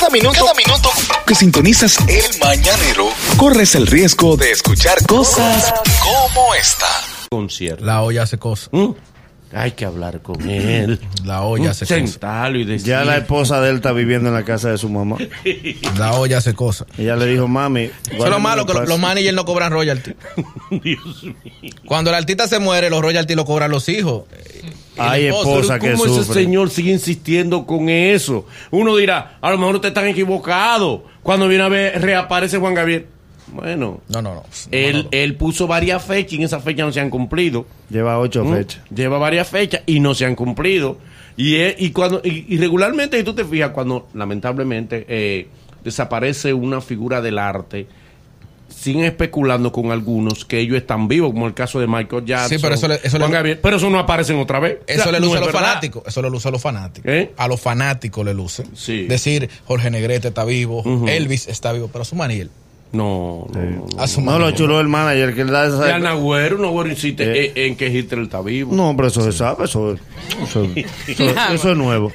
Cada minuto que sintonizas el mañanero, corres el riesgo de escuchar cosas como esta. Concierto. La olla hace cosas. Hay que hablar con él. La olla hace cosas. Sentarlo y decir. Ya la esposa de él está viviendo en la casa de su mamá. La olla hace cosas. Ella le dijo, mami. Eso es lo malo, que los managers no cobran royalty. Dios mío. Cuando el artista se muere, los royalty lo cobran los hijos. Hay esposa que ¿Cómo ese sufre. señor sigue insistiendo con eso? Uno dirá, a lo mejor ustedes están equivocados. Cuando viene a ver, reaparece Juan Gabriel. Bueno. No. Él puso varias fechas y en esas fechas no se han cumplido. Lleva 8 fechas. Lleva varias fechas y no se han cumplido. Y regularmente, y tú te fijas, cuando lamentablemente desaparece una figura del arte, siguen especulando con algunos que ellos están vivos, como el caso de Michael Jackson. Sí, pero Juan Gabriel, pero eso no aparecen otra vez. Eso O sea, le luce no a los es verdad. fanáticos. Eso le luce a los fanáticos. ¿Eh? A los fanáticos le luce. Sí. Decir, Jorge Negrete está vivo, Elvis está vivo, pero a su maniel. No. A su No, maniel. lo chulo el manager que le da Y esa. al Nagüero insiste en que Hitler está vivo. No, pero eso se sabe, eso es nuevo.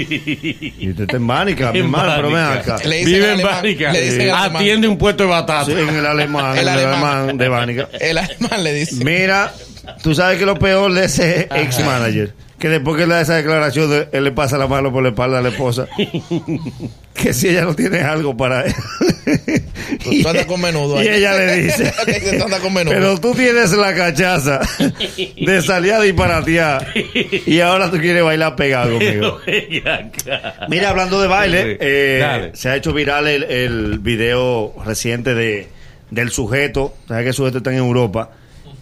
Y usted está en Bánica, mi En hermano, pero ven Bánica. acá. Le dicen Vive en alemán, Bánica. le dicen alemán. Atiende un puesto de batata. Sí, en el alemán, El en el alemán. alemán de Bánica. El alemán le dice. Mira, tú sabes que lo peor de ese ex manager, que después que le da esa declaración, él le pasa la mano por la espalda a la esposa. Que si ella no tiene algo para él. Tú andas con menudo ahí. Y ella le dice, Tú andas con menudo. pero tú tienes la cachaza de salir a disparatear y ahora tú quieres bailar pegado conmigo. Mira, hablando de baile, Dale. se ha hecho viral el video reciente del sujeto. Sabes que el sujeto está en Europa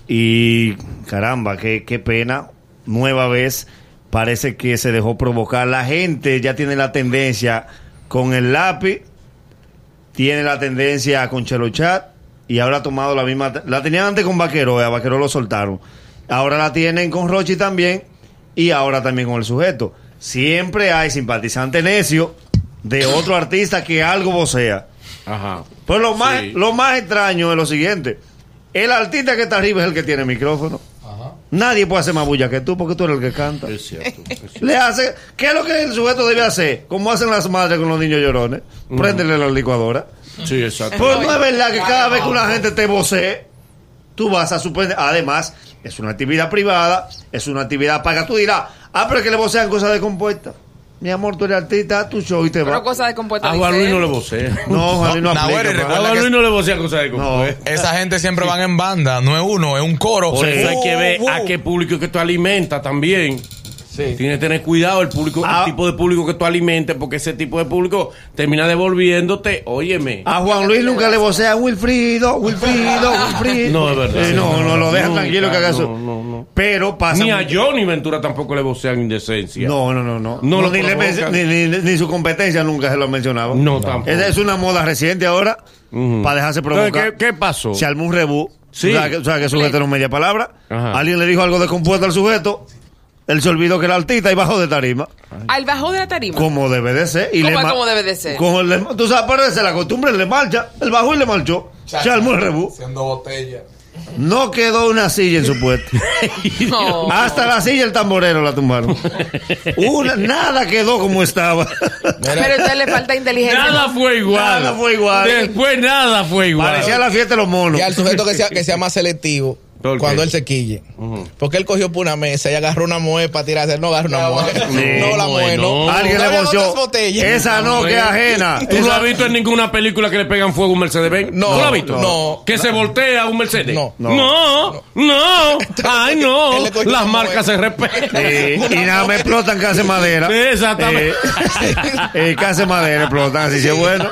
y caramba, qué pena. Nueva vez parece que se dejó provocar. La gente ya tiene la tendencia con el lápiz, tiene la tendencia con Chelo Chat y ahora ha tomado la misma. La tenían antes con Vaquero, a Vaquero lo soltaron. Ahora la tienen con Rochi también y ahora también con el sujeto. Siempre hay simpatizante necio de otro artista que algo vocea. Ajá. Pero Sí. lo más extraño es lo siguiente: el artista que está arriba es el que tiene micrófono. Nadie puede hacer más bulla que tú porque tú eres el que canta. Es cierto. Le hace, ¿qué es lo que el sujeto debe hacer? Como hacen las madres con los niños llorones. Préndele la licuadora. Sí, exacto. Pues no es verdad que cada vez que una gente te vocee, tú vas a suspender. Además, es una actividad privada, es una actividad paga. Tú dirás, pero es que le vocean cosas de compuesta. Mi amor, tú eres artista, haz tu show y te Pero vas. cosa de compuesta A Juan Luis no le vocea. No, Juan Luis no Nagüero, aplica. A pa. Juan Luis no le vocea cosas de No. compuesta. Esa gente siempre van en banda, no es uno, es un coro. Por eso hay que ver a qué público que tú alimentas también. Sí. Tienes que tener cuidado el tipo de público que tú alimentes, porque ese tipo de público termina devolviéndote, óyeme. A Juan Luis nunca le vocea Wilfrido. No, es verdad. No, lo dejan Nunca, tranquilo que haga eso. no. Pero pasa. Ni a Johnny Ventura tampoco le vocean indecencia. No. No No, lo ni, le provocan. ni su competencia nunca se lo mencionaba. No, tampoco. Esa es una moda reciente ahora para dejarse provocar. Entonces, ¿qué pasó? Se armó un rebú. Sí. O sea, que el sujeto no es media palabra. Ajá. Alguien le dijo algo de compuesta al sujeto. Él se olvidó que era artista y bajó de tarima. Al bajo de la tarima. Como debe de ser. Y ¿Cómo le como debe de ser? Tú sabes, pero esa es la costumbre. Él le marcha. Él bajó y le marchó. Se armó el rebú. Haciendo botella. No quedó una silla en su puesto. No. Hasta la silla el tamborero la tumbaron. Nada quedó como estaba. Pero a usted le falta inteligencia. Nada fue igual. Nada fue igual. Después nada fue igual. Parecía la fiesta de los monos. Y al sujeto que sea más selectivo ¿Por qué? cuando él se quille. Porque él cogió por una mesa y agarró una mujer para tirarse. No agarró una mujer. Sí. No la mujer, no. Alguien le Había voció. otras botellas. Esa no, que es ajena. ¿Tú no lo has visto en ninguna película que le pegan fuego a un Mercedes-Benz? No, ¿Tú lo has visto? no. ¿Que se voltea un Mercedes? No. No. Ay, no. Él le cogió Las una marcas se respetan. Y nada me explotan que hace madera. Sí, exactamente. Que hace madera explotan, así que bueno.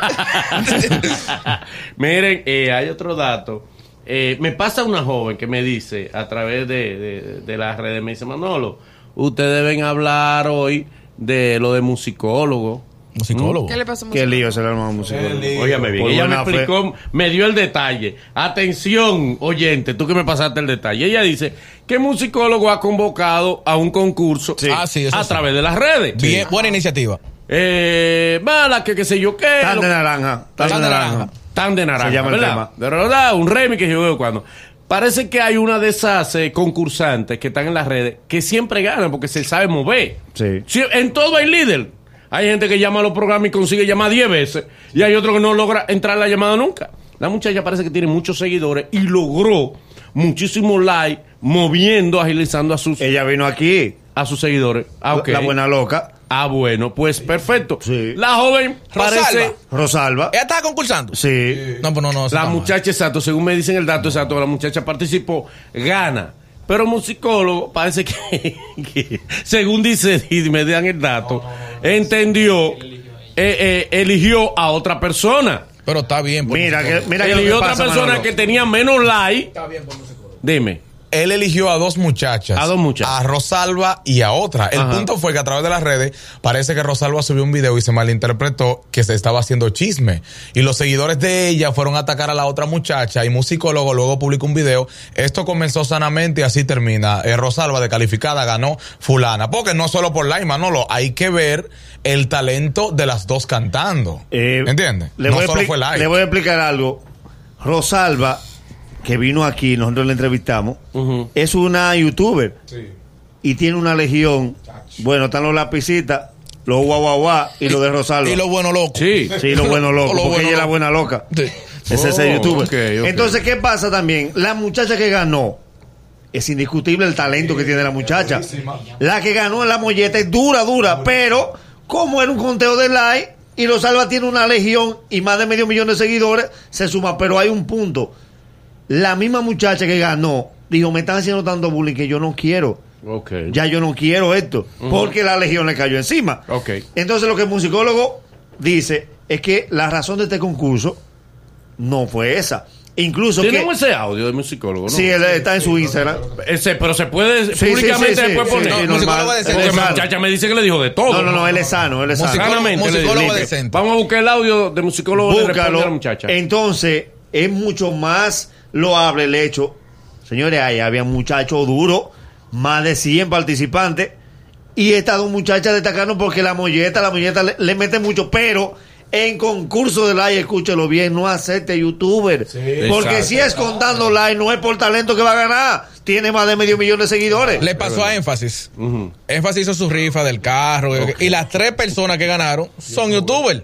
Miren, hay otro dato. Me pasa una joven que me dice a través de las redes, me dice, Manolo, ustedes deben hablar hoy de lo de musicólogo. Musicólogo. ¿Qué le pasó? Qué lío se le armó a música. Óyame bien, Por ella me buena fe. explicó, me dio el detalle. Atención, oyente, tú que me pasaste el detalle. Ella dice que musicólogo ha convocado a un concurso Sí. Ah, sí, eso a sí. través de las redes. Bien, buena iniciativa. Mala, que qué sé yo qué. Tan de naranja. Tan de naranja. Tan de naranja, Se llama el ¿verdad? tema. De verdad, un remix que yo veo cuando. Parece que hay una de esas concursantes que están en las redes que siempre ganan porque se sabe mover. Sí. En todo hay líder. Hay gente que llama a los programas y consigue llamar 10 veces. Y hay otro que no logra entrar la llamada nunca. La muchacha parece que tiene muchos seguidores y logró muchísimos likes moviendo, agilizando Ella vino aquí. a sus seguidores. Okay. La buena loca. Bueno, pues perfecto. Sí. La joven parece... Rosalba. ¿Ella estaba concursando? Sí. No, pues no. La muchacha, exacto, según me dicen el dato exacto, la muchacha participó, gana. Pero musicólogo parece que según dice y me dan el dato, entendió, eligió a otra persona. Pero está bien. Mira que Eligió a otra persona Manolo, que tenía menos like. Dime. Él eligió a 2 muchachas. A 2 muchachas. A Rosalba y a otra. El Ajá. punto fue que a través de las redes parece que Rosalba subió un video y se malinterpretó que se estaba haciendo chisme. Y los seguidores de ella fueron a atacar a la otra muchacha y Musicólogo luego publicó un video. Esto comenzó sanamente y así termina. Rosalba descalificada, ganó fulana. Porque no solo por like, Manolo, hay que ver el talento de las dos cantando. ¿Entiendes? No solo fue like. Le voy a explicar algo. Rosalba, que vino aquí, nosotros la entrevistamos, es una youtuber. Sí. Y tiene una legión. Bueno, están los lapicitas, los guau y los de Rosalba. Y los buenos locos. Sí, los buenos locos, porque ella es la buena loca. Sí. Es ese youtuber. Okay. Entonces, ¿qué pasa también? La muchacha que ganó, es indiscutible el talento que tiene la muchacha. La que ganó en la molleta es dura, pero como era un conteo de like y Rosalba tiene una legión y más de 500,000 de seguidores, se suma. Pero hay un punto. La misma muchacha que ganó dijo, me están haciendo tanto bullying que yo no quiero. Okay. Ya yo no quiero esto. Porque la legión le cayó encima. Okay. Entonces lo que el musicólogo dice es que la razón de este concurso no fue esa. Incluso tenemos ese audio de musicólogo, ¿no? Sí, él está en su Instagram. Pero se puede públicamente después poner. Sí, musicólogo decente. Porque la muchacha me dice que le dijo de todo. No, él es sano, Sanamente, musicólogo decente. Vamos a buscar el audio de musicólogo. Búscalo. De la muchacha. Entonces, es mucho más loable el hecho. Señores, ahí había muchachos duros, más de 100 participantes, y estas 2 muchachas destacaron porque la molleta le mete mucho, pero en concurso de like, escúchelo bien, no acepte youtuber. Sí, porque exacto. Si es contando like, no es por talento que va a ganar. Tiene más de 500,000 de seguidores. Le pasó a Énfasis. Énfasis hizo su rifa del carro. Okay. Y las 3 personas que ganaron son youtubers.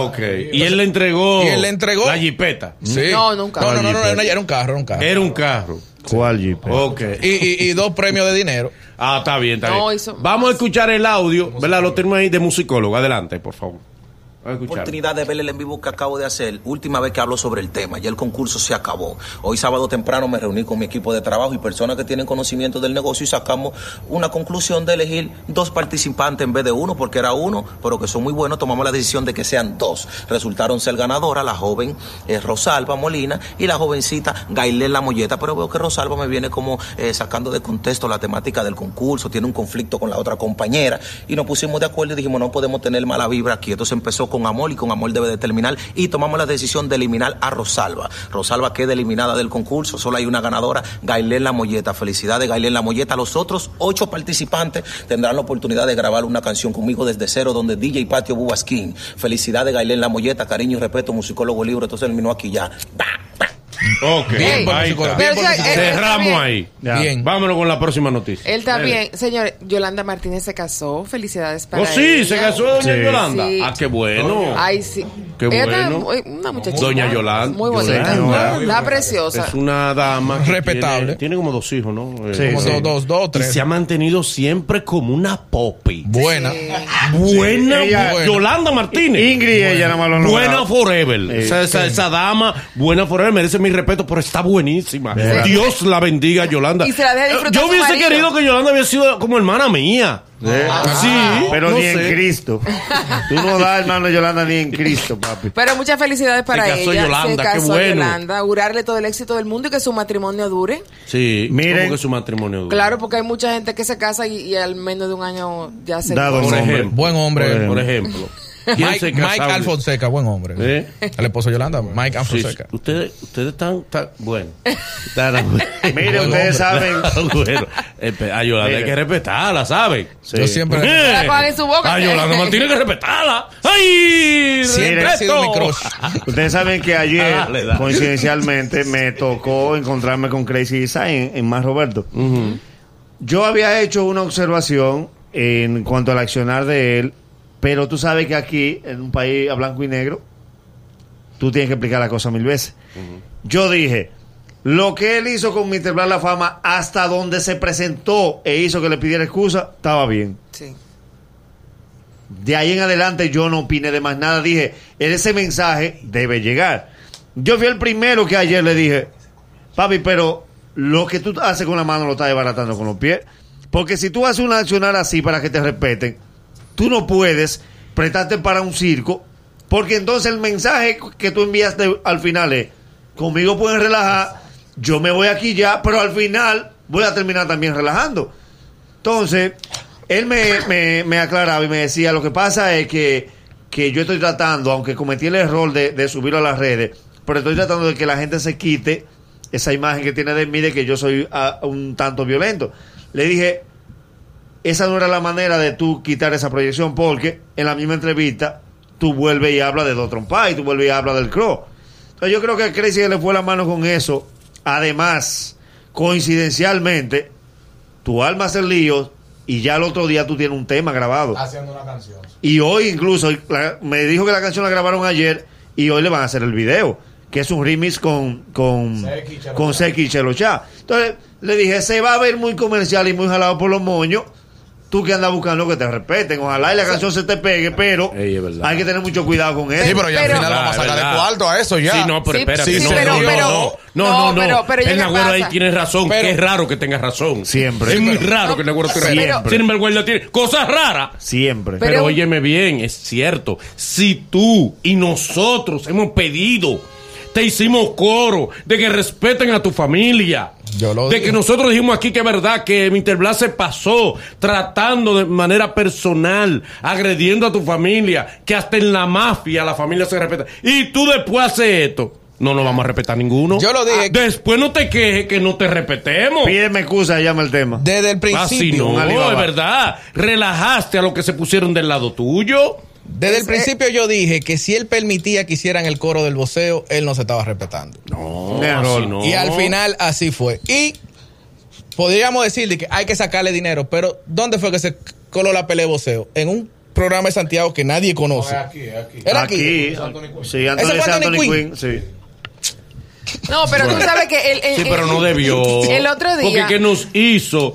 Y él le entregó. La jipeta. Sí. No, nunca. No, era un carro. Era un carro. ¿Cuál jipeta? Okay. Y 2 premios de dinero. Está bien. No, eso... Vamos a escuchar el audio, ¿verdad? Lo tenemos ahí de musicólogo. Adelante, por favor. Oportunidad de ver el en vivo que acabo de hacer. Última vez que hablo sobre el tema. Ya el concurso se acabó. Hoy sábado temprano me reuní con mi equipo de trabajo y personas que tienen conocimiento del negocio y sacamos una conclusión de elegir 2 participantes en vez de 1, porque era 1, pero que son muy buenos. Tomamos la decisión de que sean 2. Resultaron ser ganadora la joven Rosalba Molina y la jovencita Gailén La Molleta. Pero veo que Rosalba me viene como sacando de contexto la temática del concurso. Tiene un conflicto con la otra compañera y nos pusimos de acuerdo y dijimos no podemos tener mala vibra aquí. Entonces empezó con amor y con amor debe de terminar y tomamos la decisión de eliminar a Rosalba. Rosalba queda eliminada del concurso, solo hay una ganadora, Gailén La Molleta. Felicidades, Gailén La Molleta. Los otros 8 participantes tendrán la oportunidad de grabar una canción conmigo desde cero, donde DJ Patio Bubasquín. Felicidades, Gailén La Molleta, cariño y respeto, musicólogo libre. Entonces terminó aquí ya. Ok, bien, ahí está. Cerramos ahí. Bien. Vámonos con la próxima noticia. Él también, señor, Yolanda Martínez se casó. Felicidades para ella. Sí, se casó doña Yolanda. Sí. Qué bueno. Ay, sí. Qué ella bueno. Una muchachita. Doña Yolanda. Muy bonita. Está preciosa. Es una dama que respetable. Tiene como 2 hijos, ¿no? Como dos, 3. Y se ha mantenido siempre como una popi. Buena. Buena. Ella, Yolanda Martínez. Ingrid, ella nada más lo buena forever. Esa dama, buena forever, merece mi respeto, pero está buenísima. Dios la bendiga, Yolanda. Y se la deja disfrutar. Yo hubiese querido que Yolanda hubiera sido como hermana mía. Sí, pero no ni sé. en Cristo. Tú no das, hermano Yolanda, ni en Cristo, papi. Pero muchas felicidades para Se casó ella. Yolanda, se casó qué bueno. Yolanda. Augurarle todo el éxito del mundo y que su matrimonio dure. Sí, miren, como que su matrimonio dura. Claro, porque hay mucha gente que se casa y al menos de un año ya se Dado divorcia. nombre. Buen hombre. Por ejemplo. Mike Alfonseca, buen hombre. El esposo de Yolanda, Mike Alfonseca. Sí, ustedes están bueno. Mire, ustedes saben. Bueno, a Yolanda hay que respetarla, ¿saben? Sí. Yo siempre. La cojan en su boca. A Yolanda Martínez hay que respetarla. ¡Ay! Siempre ha sido mi crush. Ustedes saben que ayer, coincidencialmente, me tocó encontrarme con Crazy Design en Más Roberto. Yo había hecho una observación en cuanto al accionar de él Pero tú sabes que aquí, en un país a blanco y negro, tú tienes que explicar la cosa 1000 veces. Yo dije, lo que él hizo con Mr. Black La Fama, hasta donde se presentó e hizo que le pidiera excusa, estaba bien. Sí. De ahí en adelante yo no opiné de más nada. Dije, ese mensaje debe llegar. Yo fui el primero que ayer le dije, papi, pero lo que tú haces con la mano lo estás desbaratando con los pies. Porque si tú haces una accionar así para que te respeten, tú no puedes prestarte para un circo, porque entonces el mensaje que tú enviaste al final es, conmigo pueden relajar, yo me voy aquí ya, pero al final voy a terminar también relajando. Entonces, él me aclaraba y me decía, lo que pasa es que yo estoy tratando, aunque cometí el error de subirlo a las redes, pero estoy tratando de que la gente se quite esa imagen que tiene de mí de que yo soy un tanto violento. Le dije, esa no era la manera de tú quitar esa proyección, porque en la misma entrevista tú vuelves y hablas de Dos Trompas y tú vuelves y hablas del Crow. Entonces yo creo que a Crazy le fue la mano con eso. Además, coincidencialmente, tú armas el lío y ya el otro día tú tienes un tema grabado. Haciendo una canción. Y hoy incluso me dijo que la canción la grabaron ayer y hoy le van a hacer el video, que es un remix con Seki y Chelo Chá. Entonces le dije, se va a ver muy comercial y muy jalado por los moños. Tú que andas buscando que te respeten, ojalá y la canción se te pegue, pero hay que tener mucho cuidado con eso. Sí, pero ya al final vamos a sacar de cuarto a eso ya. Sí, no, pero espérate. Sí, No. pero el Nagüero ahí pasa. tiene razón, que es raro que tenga razón. Siempre. Es muy raro que el Nagüero tenga razón. Sin embargo, él tiene cosas raras. Siempre. Pero óyeme bien, es cierto. Si tú y nosotros hemos pedido, te hicimos coro de que respeten a tu familia. De que nosotros dijimos aquí que es verdad que Mr. Blas se pasó tratando de manera personal, agrediendo a tu familia, que hasta en la mafia la familia se respeta. Y tú después haces esto. No nos vamos a respetar ninguno. Yo lo dije. Después no te quejes que no te respetemos. Pídeme excusa y llama el tema. Desde el Así principio. no, es verdad. Relajaste a los que se pusieron del lado tuyo. Desde el principio yo dije que si él permitía que hicieran el coro del voceo, él no se estaba respetando. No, así no. Y al final así fue. Y podríamos decirle que hay que sacarle dinero, pero ¿dónde fue que se coló la pelea de voceo? En un programa de Santiago que nadie conoce. Era aquí. Sí, ¿Ese fue Anthony Anthony Quinn. Sí. No, pero tú sabes que Sí, pero no debió. El otro día. Porque que nos hizo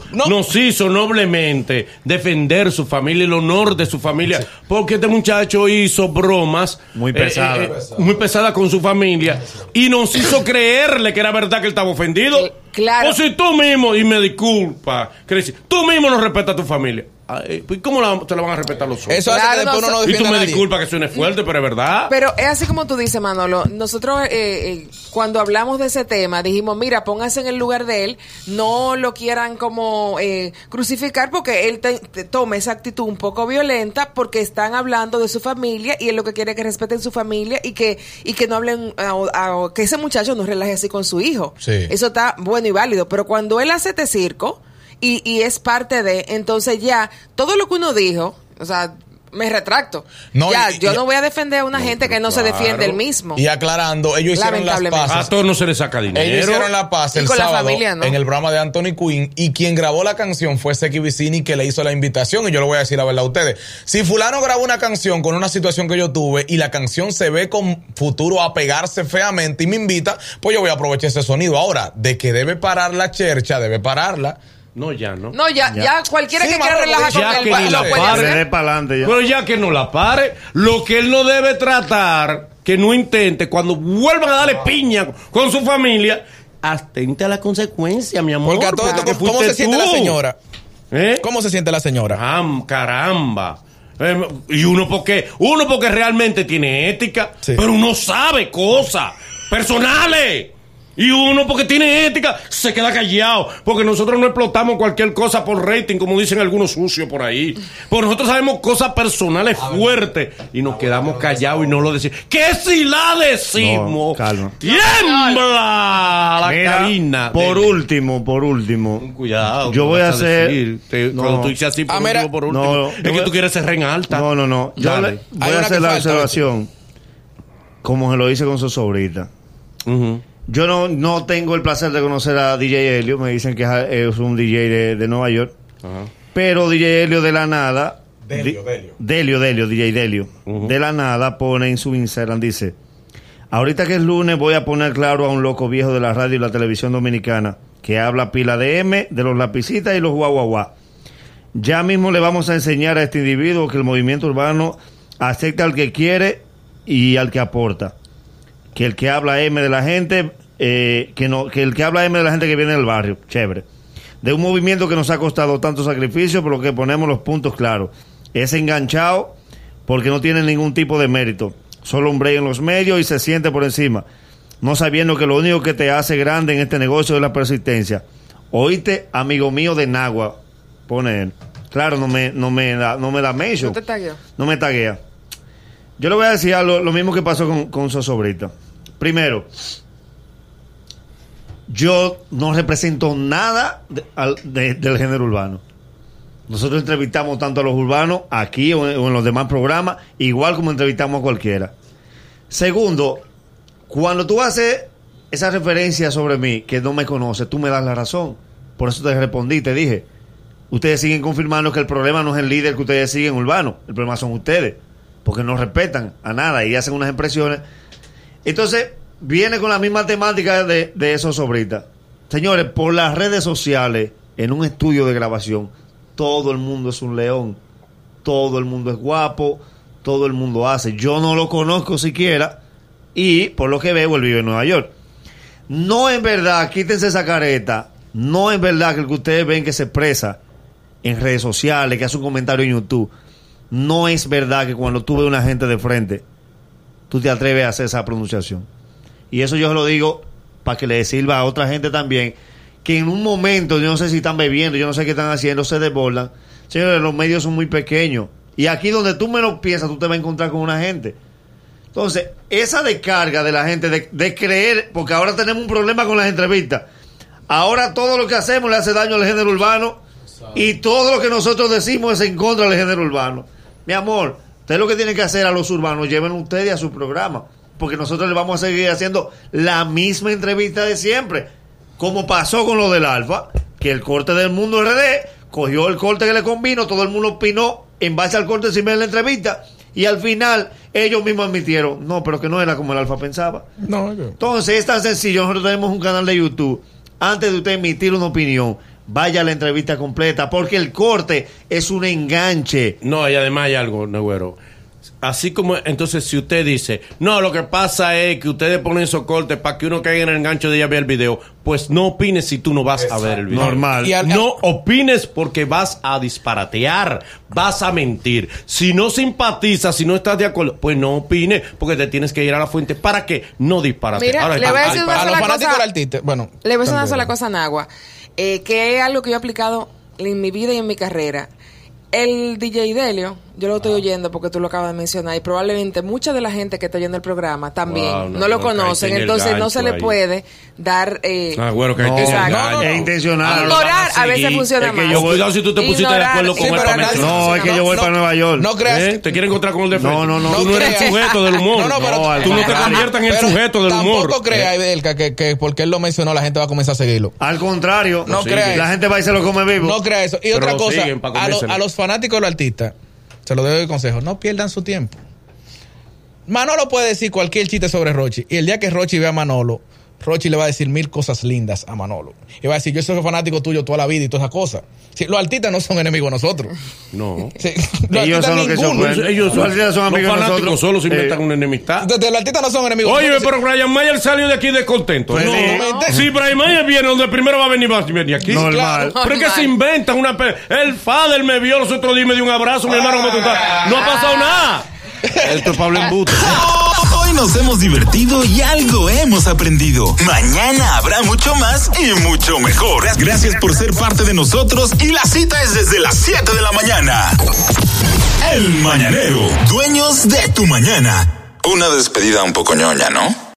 noblemente defender su familia, el honor de su familia. Sí. Porque este muchacho hizo bromas muy pesadas. Muy pesadas con su familia. Y nos hizo creerle que era verdad que él estaba ofendido. Claro. O si tú mismo, y me disculpa, Crazy, tú mismo no respetas a tu familia. ¿Cómo te la van a respetar los otros? Eso hace que después uno no y defienda tú me a nadie. disculpas que suene fuerte, pero es verdad. Pero es así como tú dices, Manolo. Nosotros, cuando hablamos de ese tema, dijimos, mira, pónganse en el lugar de él. No lo quieran como crucificar porque él tome esa actitud un poco violenta porque están hablando de su familia y él lo que quiere es que respeten su familia y que no hablen, que ese muchacho no relaje así con su hijo. Sí. Eso está bueno y válido. Pero cuando él hace este circo y es parte de, entonces ya, todo lo que uno dijo, o sea, me retracto. No, yo no voy a defender a una gente que no se defiende él mismo. Y aclarando, ellos hicieron las paces. A todos no se les saca dinero. Ellos hicieron la paz el con la sábado familia, ¿no? en el programa de Anthony Quinn, y quien grabó la canción fue Seki Vicini, que le hizo la invitación. Y yo le voy a decir la verdad a ustedes: si fulano grabó una canción con una situación que yo tuve y la canción se ve con futuro a pegarse feamente y me invita, pues yo voy a aprovechar ese sonido. Ahora, de que debe parar la chercha, debe pararla. No, ya no. No, ya cualquiera Sí, que quiera relajar con ya él que ni lo la puede pare. hacer. Para adelante ya. Pero ya que no la pare, lo que él no debe tratar, que no intente, cuando vuelvan a darle piña con su familia, atente a la consecuencia, mi amor. Porque a todo esto, porque ¿cómo fuiste se siente tú. la señora? ¿Eh? ¿Cómo se siente la señora? Caramba. Y uno porque realmente tiene ética, Sí. pero uno sabe cosas personales. Y uno porque tiene ética se queda callado, porque nosotros no explotamos cualquier cosa por rating, como dicen algunos sucios por ahí. Porque nosotros sabemos cosas personales fuertes y nos quedamos callados y no lo decimos. ¿Qué si la decimos? No, calma. ¡Tiembla la Mira, cabina! por Dele. último. Cuidado. Yo voy a hacer. Cuando tú dices así, mira, por último, no, es que tú quieres ser en alta. No. Yo Dale. voy Hay a una hacer que la falta, observación como se lo hice con su sobrita. Ujú. Yo no tengo el placer de conocer a DJ Helio. Me dicen que es un DJ de Nueva York. Ajá. Pero DJ Helio de la nada Delio, DJ Delio. De la nada pone en su Instagram, dice: ahorita que es lunes voy a poner claro a un loco viejo de la radio y la televisión dominicana que habla pila de M, de los lapicitas y los guau. Ya mismo le vamos a enseñar a este individuo que el movimiento urbano acepta al que quiere y al que aporta. Que el que habla M de la gente, que el que habla M de la gente que viene del barrio, chévere. De un movimiento que nos ha costado tanto sacrificio, por lo que ponemos los puntos claros. Es enganchado porque no tiene ningún tipo de mérito. Solo un break en los medios y se siente por encima, no sabiendo que lo único que te hace grande en este negocio es la persistencia. Oíste, amigo mío de Nagua, pone él. Claro, no me da mention. ¿No te taguea? No me taguea. Yo le voy a decir lo mismo que pasó con Zozobrita. Primero, yo no represento nada del género urbano. Nosotros entrevistamos tanto a los urbanos aquí o en los demás programas, igual como entrevistamos a cualquiera. Segundo, cuando tú haces esa referencia sobre mí, que no me conoces, tú me das la razón. Por eso te respondí, te dije, ustedes siguen confirmando que el problema no es el líder que ustedes siguen urbano, el problema son ustedes, porque no respetan a nada y hacen unas impresiones. Entonces, viene con la misma temática de esos sobritas. Señores, por las redes sociales, en un estudio de grabación, todo el mundo es un león, todo el mundo es guapo, todo el mundo hace. Yo no lo conozco siquiera y por lo que veo él vive en Nueva York. No es verdad, quítense esa careta, no es verdad que el que ustedes ven que se expresa en redes sociales, que hace un comentario en YouTube, no es verdad que cuando tú ves una gente de frente, tú te atreves a hacer esa pronunciación. Y eso yo se lo digo para que le sirva a otra gente también, que en un momento, yo no sé si están bebiendo, yo no sé qué están haciendo, se desbordan. Señores, los medios son muy pequeños. Y aquí donde tú menos piensas, tú te vas a encontrar con una gente. Entonces, esa descarga de la gente de creer, porque ahora tenemos un problema con las entrevistas. Ahora todo lo que hacemos le hace daño al género urbano y todo lo que nosotros decimos es en contra del género urbano. Mi amor, usted lo que tiene que hacer a los urbanos, lleven ustedes a su programa, porque nosotros le vamos a seguir haciendo la misma entrevista de siempre. Como pasó con lo del Alfa, que el corte del Mundo RD cogió el corte que le convino, todo el mundo opinó en base al corte sin ver la entrevista, y al final ellos mismos admitieron, no, pero que no era como el Alfa pensaba. No, entonces es tan sencillo, nosotros tenemos un canal de YouTube, antes de usted emitir una opinión, vaya a la entrevista completa, porque el corte es un enganche. No, y además hay algo, Negüero. Así como, entonces, si usted dice, no, lo que pasa es que ustedes ponen esos cortes para que uno caiga en el enganche de ir a ver el video, pues no opines si tú no vas a ver el video. Normal. No opines porque vas a disparatear, vas a mentir. Si no simpatizas, si no estás de acuerdo, pues no opines, porque te tienes que ir a la fuente para que no disparatees. Mira, ahora, le voy a decir una a los sola fanáticos cosa. del artista, bueno. Le voy a decir una sola cosa, Nagua, que es algo que yo he aplicado en mi vida y en mi carrera. El DJ Delio, yo lo estoy oyendo porque tú lo acabas de mencionar, y probablemente mucha de la gente que está oyendo el programa también no lo conocen, entonces no se le puede dar bueno, que hay que es intencional. Ignorar a veces funciona más. Cuidado si tú te pusiste de acuerdo con Sí, él pero para nadie- mencionar. No, es que yo voy para Nueva York. No creas. ¿Te quieres encontrar con el de frente? No. Tú no eres el sujeto del humor. No, pero Tú no te conviertas en el pero sujeto del humor. Tampoco creas, Edelka, que porque él lo mencionó, la gente va a comenzar a seguirlo. Al contrario, No creas. la gente va y se lo come vivo. No creas eso. Y Pero otra lo cosa, siguen para comérselo. a los fanáticos de los artistas, se lo doy de consejo, no pierdan su tiempo. Manolo puede decir cualquier chiste sobre Rochi, y el día que Rochi vea a Manolo, Rochi le va a decir 1000 cosas lindas a Manolo. Y va a decir, yo soy fanático tuyo toda la vida y todas esas cosas. Sí, los artistas no son enemigos de nosotros. No. Sí, Ellos son los que ninguno. son. Ellos Los artistas son amigos de los fanáticos nosotros. solo se inventan una enemistad. Entonces, los artistas no son enemigos de Oye, nosotros. pero Brian Mayer salió de aquí descontento. Pues No, sí. si Brian Mayer viene donde primero va a venir aquí. Normal. Pero es que se inventan una... El Fader me vio los otros días, me dio un abrazo, mi hermano, ¿cómo tú estás? No ha pasado nada. Esto es Pablo Embuto. Hoy nos hemos divertido y algo hemos aprendido. Mañana habrá mucho más y mucho mejor. Gracias por ser parte de nosotros y la cita es desde las 7 de la mañana. El Mañanero, dueños de tu mañana. Una despedida un poco ñoña, ¿no?